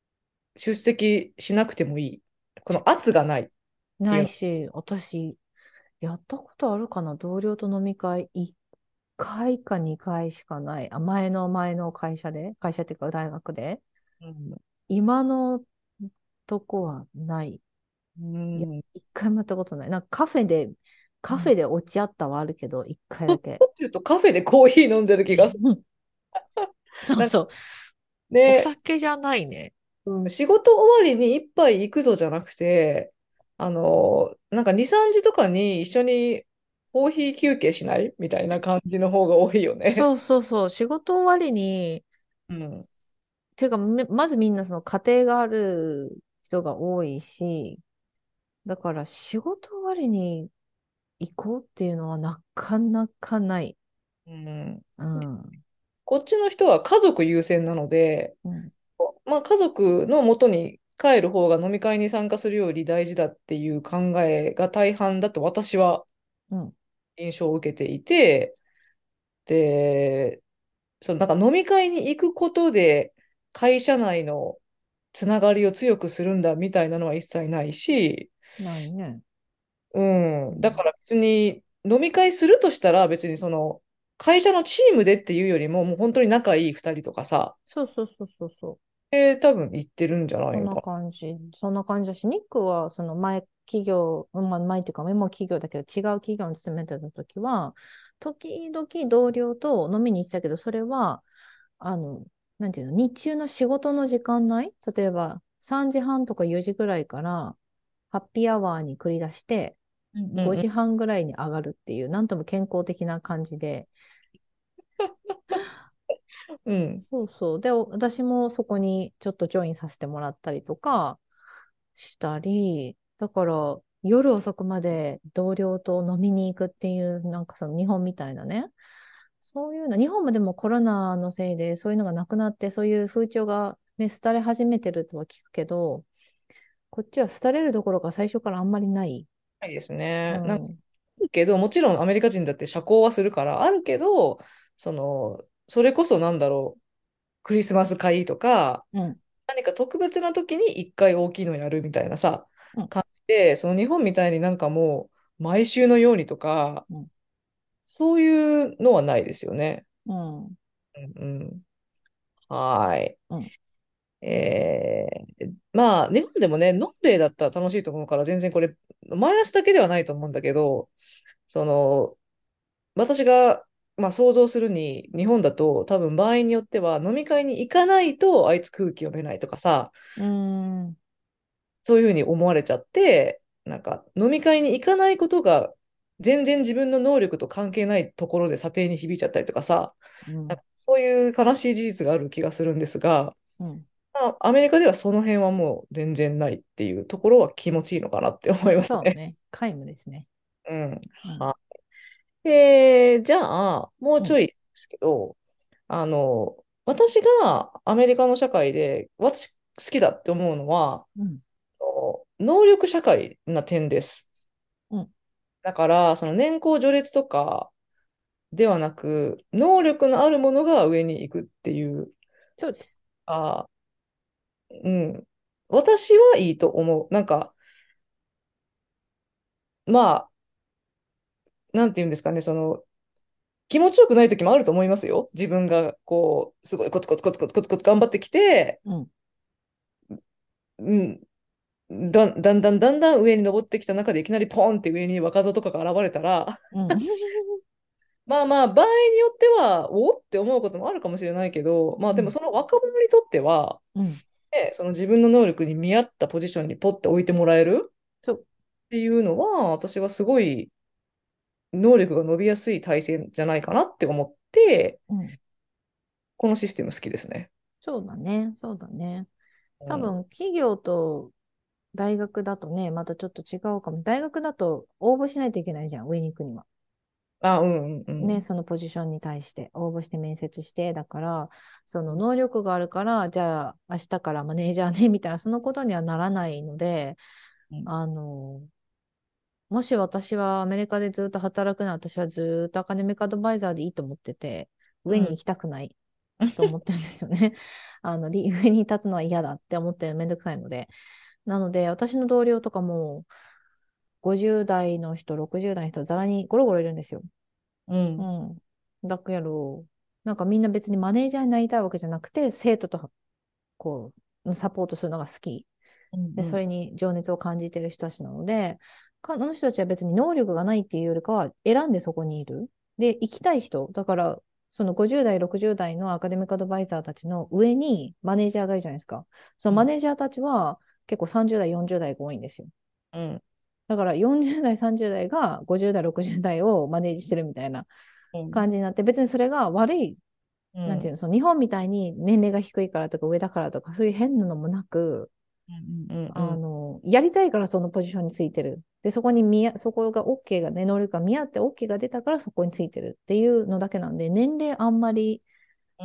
出席しなくてもいい。この圧がないっていうの。 ないし、私、 やったことあるかな、同僚と飲み会。いっかいかにかいしかない。あ、前の前の会社で、会社っていうか大学で。 うん。 今のとこはない。 ういや、 ん。 一回もやったことない。なんかカフェで、カフうん。 ェで落ち合ったはあるけど、一回ちょっだけ。 とっていうとカフェでコーヒー飲んでる気がする。 うんそうなんかそう。おね、 酒じゃないね。 うん、仕事終わりに一杯行くぞじゃなくて、あの、なんかに、さんじとかに一緒にコーヒー休憩しないみたいな感じの方が多いよね。 そうそうそう。仕事終わりに、 うん。 ていうか、めまずみんなその家庭がある人が多いし、だから仕事終わりに行こうっていうのはなかなかない。 うん。 うん。 こっちの人は家族優先なので、 うん。 まあ、家族のもとに帰る方が飲み会に参加するより大事だっていう考えが大半だと私はうん。 印象を受けていて、で、そのなんか飲み会に行くことで会社内のつながりを強くするんだみたいなのは一切ないし、 ないね。 うん、だかうん。 ら別に飲み会するとしたら別にその会社のチームでっていうよりももう本当に仲いいふたりとかさ、 そうそうそうそうそう。 えー多分行ってるんじゃないそんなのか感じ。そんな感じだし、ニックは、その前企業、まあ、前っていうか、今も企業だけど、違う企業に勤めてた時は、時々同僚と飲みに行ってたけど、それは、あの、なんていうの、日中の仕事の時間内、例えばさんじはんとかよじぐらいから、ハッピーアワーに繰り出して、 な。うんうんうごじはんぐらいに上がるっていう、なんとも健康的な感じで、 ん。うん。 そうそう。で、私もそこにちょっとジョインさせてもらったりとかしたり、だから夜遅くまで同僚と飲みに行くっていう、なんかその日本みたいなね、そういうの、日本もでもコロナのせいでそういうのがなくなって、そういう風潮がね、廃れ始めてるとは聞くけど、こっちは廃れるどころか最初からあんまりない。 ないですね。なんか、 うん。 あるけど、もちろんアメリカ人だって社交はするから、あるけど、その、それこそなんだろう、クリスマス会とか、 うん。 何か特別な時に一回大きいのやるみたいなさ、 うん。 感じで、その日本みたいになんかもう、毎週のようにとか、 うん。 そういうのはないですよね。 うん。 うんうん。はい。 うん。 えー、まあ、日本でもね、のんべえだったら楽しいと思うから、全然これ、マイナスだけではないと思うんだけど、その、私が、まあ、想像するに、日本だと多分場合によっては飲み会に行かないとあいつ空気読めないとかさ、 うん。 そういうふうに思われちゃって、なんか飲み会に行かないことが全然自分の能力と関係ないところで査定に響いちゃったりとかさ、 うん。 なんかそういう悲しい事実がある気がするんですが、 うん。 まあ、アメリカではその辺はもう全然ないっていうところは気持ちいいのかなって思いますね。 そうね。皆無ですね。 うん。 うん。 はい。えー、じゃあ、もううん。 ちょいですけど、あの、私がアメリカの社会で、私好きだって思うのは、 うん。 あの能力社会な点です。 うん。 だから、その年功序列とかではなく、能力のあるものが上に行くっていう、 そうです。 あ、うん。私はいいと思う。なんか、まあ、なんていうんですかね、その、気持ちよくない時もあると思いますよ。自分が、こう、すごいコツコツコツコツコツコツ頑張ってきて、 うん。 うん、だ、だんだんだんだん上に登ってきた中でいきなりポンって上に若造とかが現れたら、 うん。 まあまあ、場合によっては、おって思うこともあるかもしれないけど、まあうん。 でもその若者にとっては、 うん。 ね、その自分の能力に見合ったポジションにポッて置いてもらえるそう。 っていうのは、私はすごい能力が伸びやすい体制じゃないかなって思って、 うん。 このシステム好きですね。 そうだね。そうだね。多うん。 分、企業と大学だとね、またちょっと違うかも。大学だと応募しないといけないじゃん、上に行くには。 あ、うんうんうね、 ん。 そのポジションに対して応募して面接して、だから、その能力があるから、じゃあ明日からマネージャーね、みたいな、そのことにはならないので、 うんあの、もし私はアメリカでずっと働くなら、私はずっとアカデミックアドバイザーでいいと思ってて、上にうん。 行きたくないと思ってるんですよね。あの、り上に立つのは嫌だって思ってめんどくさいので。なので、私の同僚とかも、 ごじゅう代の人、ろくじゅう代の人、ざらにゴロゴロいるんですよ。ううん。 ん。だけど、なんかみんな別にマネージャーになりたいわけじゃなくて、生徒とこう、サポートするのが好き。で、そうん。 れに情熱を感じている人たちなので、あの人たちは別に能力がないっていうよりかは、選んでそこにいる。で、行きたい人、だから、そのごじゅう代、ろくじゅう代のアカデミックアドバイザーたちの上にマネージャーがいるじゃないですか。そのマネージャーたちは結構さんじゅう代、よんじゅう代が多いんですよ。 うん。 だからよんじゅう代、さんじゅう代がごじゅう代、ろくじゅう代をマネージしてるみたいなうん。 感じになって、別にそれが悪い、 うん。 なんていうの、その日本みたいに年齢が低いからとか上だからとか、そういう変なのもなく、 うん。うん。うん。 あの、やりたいからそのポジションについてる。で、そこに見や、そこが OK がね、能力が見合って OK が出たからそこについてるっていうのだけなんで、年齢あんまりうん。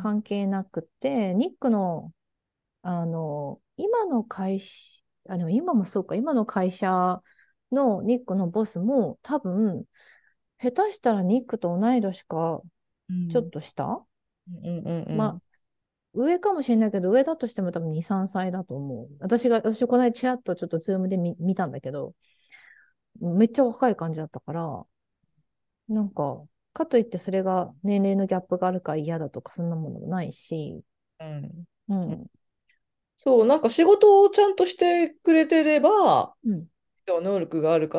関係なくて、ニックの、あの、今の会社、あ、でも今もそうか、今の会社のニックのボスも多分、下手したらニックと同い年か、ちょっうん。 と下、 うん。うん。うまあ、 ん。 上かもしれないけど、上だとしても多分に、さんさいだと思う。私が、私この間ちらっとちょっとズームで見、見たんだけど、めっちゃ若い感じだったから、なんか、かといってそれが年齢のギャップがあるから嫌だとか、そんなものもないし、 うん。 うん、 そう、なんか仕事をちゃんとしてくれてれば、 うん、 人は能力があるから、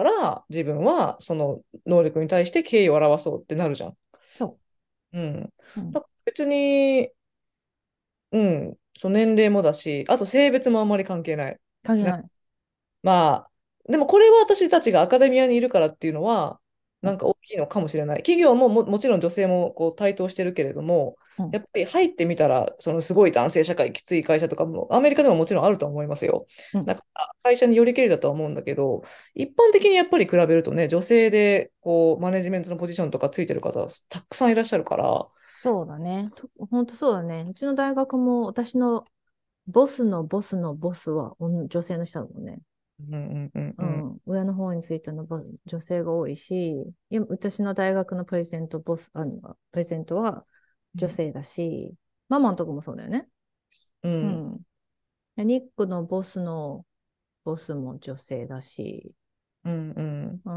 自分はその能力に対して敬意を表そうってなるじゃん。 そうん。 う、うん、 だから別に、うん、その年齢もだし、あと性別もあんまり関係ない。な関係ない。 まあ、でもこれは私たちがアカデミアにいるからっていうのは、 うん、 なんか大きいのかもしれない。企業もも、もちろん女性もこう台頭してるけれども、 うん、 やっぱり入ってみたら、そのすごい男性社会きつい会社とかも、アメリカでももちろんあると思いますよ。 うん。 だから会社によりけりだとは思うんだけど、一般的にやっぱり比べるとね、女性でこうマネジメントのポジションとかついてる方、たくさんいらっしゃるから、 そうだね。と本当そうだね。うちの大学も私のボスのボスのボスは女女性の人だもんね。 うんうんうんうん。 うん、上の方についてのボ女性が多いし、今私の大学のプレゼントボス、あの、プレゼントは女性だし、ママのとこもそうだよね。 うん。 うん。でニックのボスのボスも女性だし、 うんうん。 うん、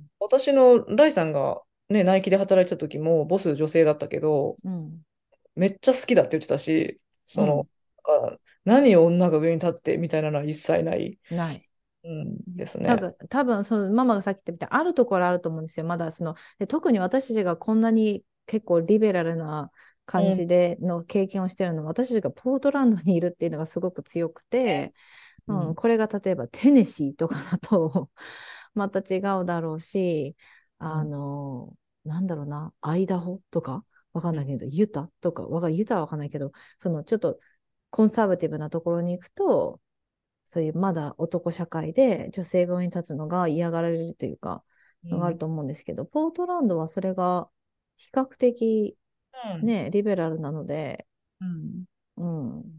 私のライさんがね、ナイキで働いてた時も、ボス女性だったけど、 うん、 めっちゃ好きだって言ってたし、その、 うん、 なんか何を女が上に立ってみたいなのは一切ない、 ない。 うんですね。 なんか多分そのママがさっき言ったみたいにあるところあると思うんですよ。まだその、で特に私たちがこんなに結構リベラルな感うん、 じでの経験をしてるのは私たちがポートランドにいるっていうのがすごく強くて、うん、 うん、 これが例えばテネシーとかだとまた違うだろうし、あうん、 の、なんだろうな、アイダホとかわかんうん、 ないけど、ユタとか、わかユタはわかんないけど、そのちょっとコンサバティブなところに行くと、そういうまだ男社会で女性側に立つのが嫌がられるというか、のがあると思うんですけど、ポートランドはそれが比較的うん、 ね、リベラルなので、 うん、 うん、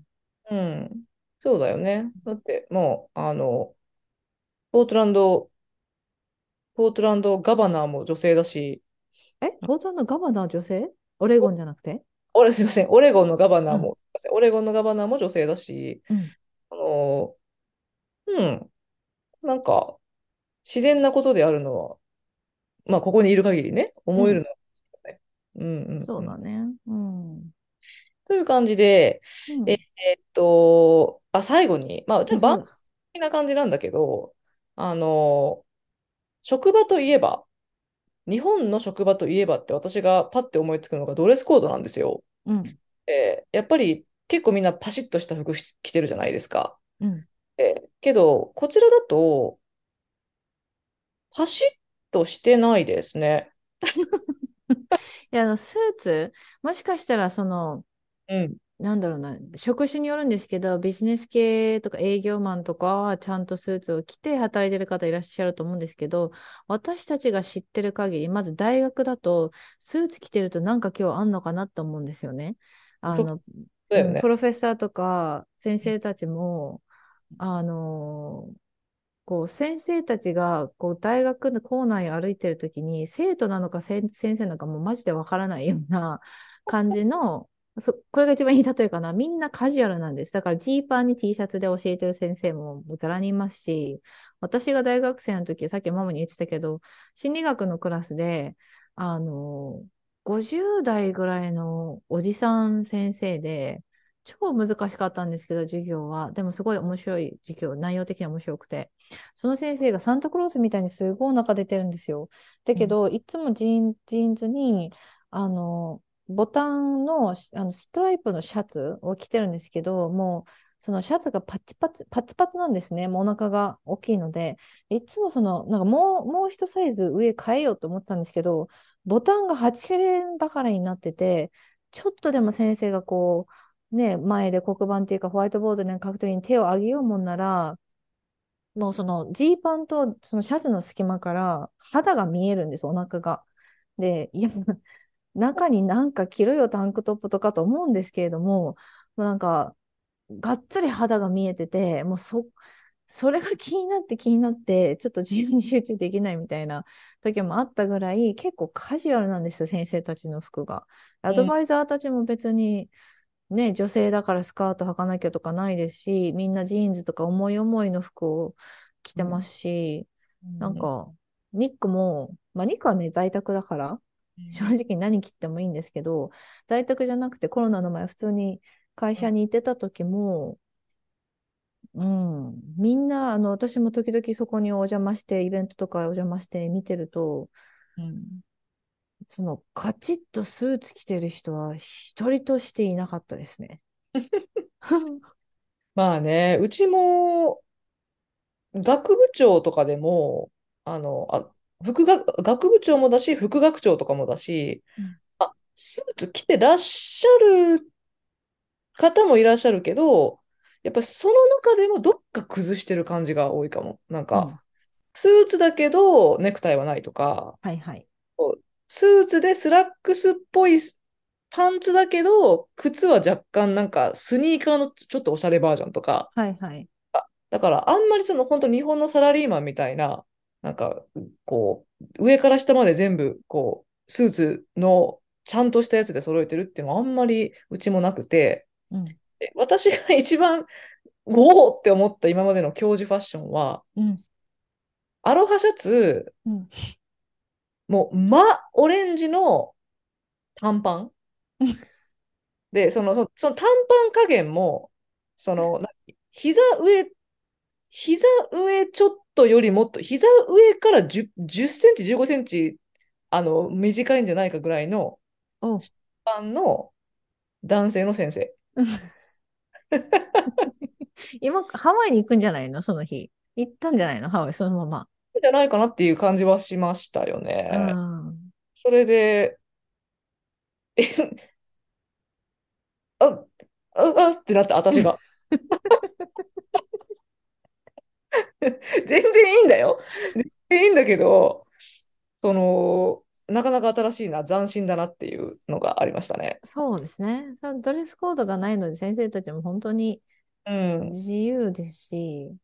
うん、そうだよね。だってもう、あの、ポートランド、ポートランドガバナーも女性だし、 え、ポートランドガバナー女性オレゴンじゃなくて？ 俺すいません、オレゴンのガバナうん、 ーも、すいませんオレゴンのガバナーも女性だし、 うん、 あの、うん、なんか自然なことであるのは、まあ、ここにいる限りね、 うん。 思えるのはね。うんうんうん。 そうだね。うん。 という感じで、え、 うん。 えっと、あ、最後に、まあ、ちょっと番そうだ。 的な感じなんだけど、あの、職場といえば、日本の職場といえばって私がパッて思いつくのがドレスコードなんですよ。 うん。 えーやっぱり結構みんなパシッとした服着てるじゃないですか。 うん。 えーけど、こちらだと、パシッとしてないですね。 いや、あの、スーツ、もしかしたら、その、 うん。 なんだろうな、職種によるんですけど、ビジネス系とか営業マンとかはちゃんとスーツを着て働いてる方いらっしゃると思うんですけど、私たちが知ってる限り、まず大学だと、スーツ着てるとなんか今日あんのかなと思うんですよね。あその、うん、プうだよね。 ロフェッサーとか先生たちも、あのこう先生たちがこう大学の校内を歩いてるときに生徒なのか先先生なのかもうマジでわからないような感じのそ、これが一番いい例えかな。みんなカジュアルなんです。だからジーパンに T シャツで教えてる先生もざらにいますし、私が大学生の時、さっきママに言ってたけど、心理学のクラスで、あの、ごじゅう代ぐらいのおじさん先生で、超難しかったんですけど、授業は。でもすごい面白い授業、内容的には面白くて。その先生がサンタクロースみたいにすごいお腹出てるんですよ。だうん。 けど、いつもジーン、ジーンズに、あの、ボタンの、あのストライプのシャツを着てるんですけど、もうそのシャツがパチパチ、パツパツなんですね。もうお腹が大きいので、いつもその、なんかもう、もう一サイズ上変えようと思ってたんですけど、ボタンがはち切ればかりになってて、ちょっとでも先生がこう、ね、前で黒板っていうかホワイトボードで書くときに手を上げようもんなら、もうそのジーパンとそのシャツの隙間から肌が見えるんです、お腹が。で、いや、中になんか着るよ、タンクトップとかと思うんですけれども、もうなんか、がっつり肌が見えてて、もうそ、それが気になって気になって、ちょっと自由に集中できないみたいな時もあったぐらい、結構カジュアルなんですよ、先生たちの服が。アドうん。 バイザーたちも別に、ね、女性だからスカート履かなきゃとかないですし、みんなジーンズとか思い思いの服を着てますし、 うん。 なんか、ニックも、まあ、ニックはね、在宅だから、正直何着てもいいんですけど、在宅じゃなくてコロナの前、普通に会社に行ってた時も、うん、みんな、あの、私も時々そこにお邪魔して、イベントとかお邪魔して見てると、 うん。 その、カチッとスーツ着てる人は一人としていなかったですね。 まあね、うちも学部長とかでも、あの、あ、副学、学部長もだし、副学長とかもだし、 うん、 あ、スーツ着てらっしゃる方もいらっしゃるけど、やっぱりその中でもどっか崩してる感じが多いかも。なんか、 うん、 スーツだけどネクタイはないとか、 はいはい。 こうスーツでスラックスっぽいパンツだけど、靴は若干なんかスニーカーのちょっとおしゃれバージョンとか、 はいはい。 だからあんまりその本当日本のサラリーマンみたいな、なんかこう、上から下まで全部こう、スーツのちゃんとしたやつで揃えてるっていうのはあんまりうちもなくて、 うん、 で私が一番おおって思った今までの教授ファッションは、 うん、 アロハシャツ、 うん。 もう真オレンジの短パン。で、その、そその短パン加減も、その、な膝上、膝上ちょっとよりもっと、膝上からじゅう、じゅっセンチ、じゅうごセンチ、あの、短いんじゃないかぐらいの、 お、 短パンの男性の先生。 今、ハワイに行くんじゃないのその日。行ったんじゃないのハワイ、そのまま。 じゃないかなっていう感じはしましたようね。 ん。 それで、え、あ、あ、あってなった、私が。全然いいんだよ。全然いいんだけど、その、なかなか新しいな、斬新だなっていうのがありましたね。 そうですね。そドレスコードがないので、先生たちも本当にうん。 自由ですし、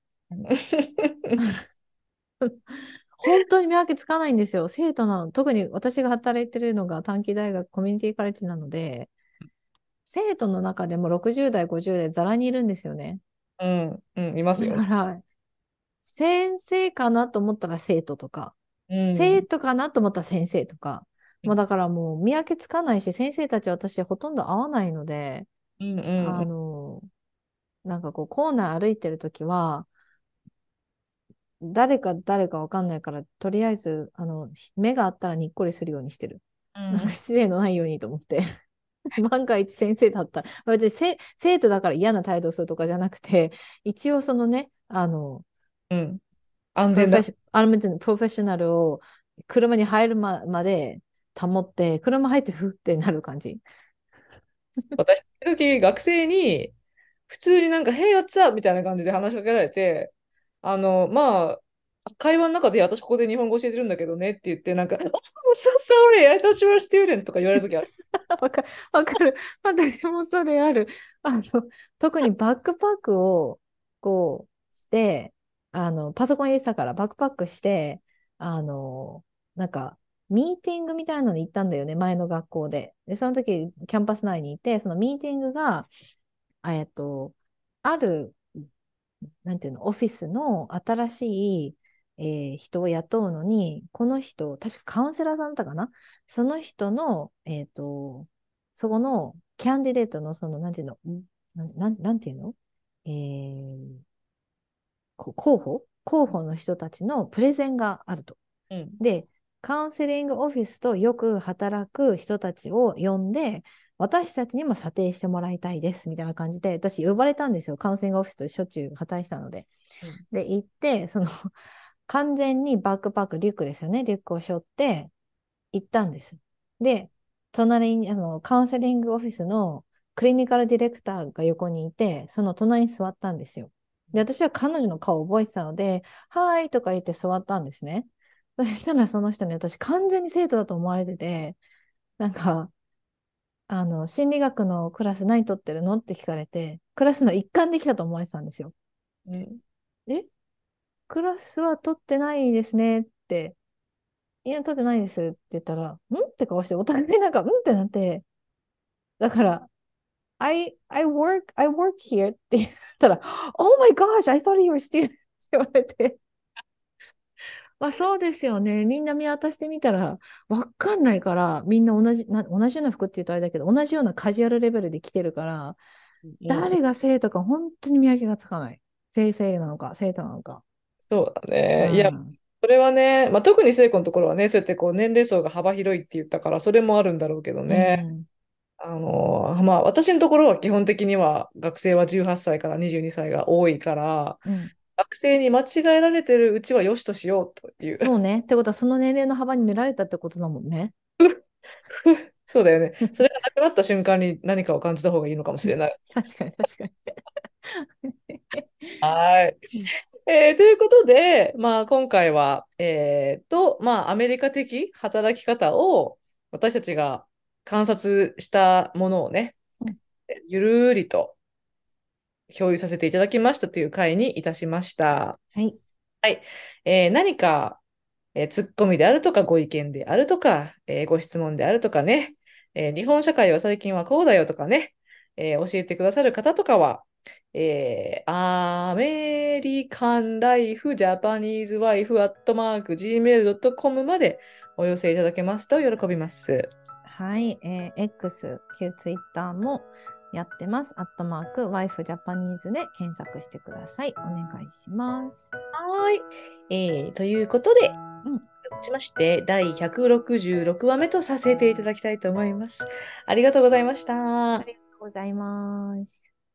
本当に見分けつかないんですよ。生徒の、特に私が働いてるのが短期大学コミュニティカレッジなので、生徒の中でもろくじゅう代、ごじゅう代ざらにいるんですよね。 うん、うん、いますだよね。 から、先生かなと思ったら生徒とか、 うん、 生徒かなと思ったら先生とか、もうだからもう見分けつかないし、先生たち私ほとんど会わないので、 うん、うん、 あうん。 の、なんかこう、校内歩いてるときは、誰か誰かわかんないから、とりあえず、あの、目があったらにっこりするようにしてる。なんかうん。 失礼のないようにと思って。万が一先生だったら、別にせ生徒だから嫌な態度をするとかじゃなくて、一応そのね、あの、 うん。安全だ。 プロフェッショ、あの別にプロフェッショナルを車に入るま、まで保って、車入ってふってなる感じ。 私、時々学生に、普通になんか、Hey, what's up? みたいな感じで話しかけられて、あの、まあ、会話の中で、私ここで日本語教えてるんだけどねって言って、なんか、Oh, I'm so sorry, I thought you were a student とか言われるときある。 わか、わかる。私もそれある。あの、特にバックパックを、こう、して、あの、パソコン入れてたから、バックパックして、あの、なんか、 ミーティングみたいなのに行ったんだよね、前の学校で。で、その時、キャンパス内にいて、そのミーティングが、えっと、ある、なんていうの、オフィスの新しい、えー人を雇うのに、この人、確かカウンセラーさんだったかな、その人の、えっと、そこのキャンディデートの、その、なんていうの、んな、なん、なんていうの、えーこ候補候補の人たちのプレゼンがあると。 うん。 で、カウンセリングオフィスとよく働く人たちを呼んで、私たちにも査定してもらいたいですみたいな感じで、私呼ばれたんですよ。カウンセリングオフィスとしょっちゅう働いてたので。 うん。 で、行って、その完全にバックパック、リュックですよね。リュックを背負って行ったんです。で、隣に、あの、カウンセリングオフィスのクリニカルディレクターが横にいて、その隣に座ったんですよ。で、私は彼女の顔を覚えてたので、はーいとか言って座ったんですね。そしたらその人に私完全に生徒だと思われてて、なんか、あの、心理学のクラス何取ってるのって聞かれて、クラスの一環で来たと思われてたんですよ。 うん。 えクラスは取ってないですねって、いや、取ってないですって言ったら、んって顔して、お互いなんか、んってなって、だから、I, I work, I work here って言ったら、Oh my gosh, I thought you were student って言われて、まあそうですよね。みんな見渡してみたら、わかんないから、みんな同じ、な、同じような服って言うとあれだけど、同じようなカジュアルレベルで着てるから、 うん。 誰が生徒か本当に見分けがつかない。先生なのか、生徒なのか。 そうだうね。いや、 ん。 それはね、まあ、特に聖子のところはね、そうやってこう年齢層が幅広いって言ったから、それもあるんだろうけどうね。 ん。 あのまあ、私のところは基本的には学生はじゅうはっさいからにじゅうにさいが多いから、 うん。 学生に間違えられてるうちは良しとしようという。 そうね。ってことは、その年齢の幅に見られたってことだもんね。 そうだよね。それがなくなった瞬間に何かを感じた方がいいのかもしれない。 確かに、確かに。 はい。えーということで、まあ、今回は、えーと、まあ、アメリカ的働き方を私たちが観察したものをね、 うん。 ゆるーりと共有させていただきましたという回にいたしました。 はい。 はい。えー何か、えーツッコミであるとか、ご意見であるとか、えーご質問であるとかね、えー日本社会は最近はこうだよとかね、えー教えてくださる方とかは、えーアメリカンライフジャパニーズワイフアットマーク ジーメールドットコム までお寄せいただけますと喜びます。 はい。えー X、旧 Twitter もやってます。アットマーク、ワイフジャパニーズで検索してください。お願いします。 はーい。えーということで、 うん。 しまして、だいひゃくろくじゅうろくわめとさせていただきたいと思います。ありがとうございました。 ありがとうございます。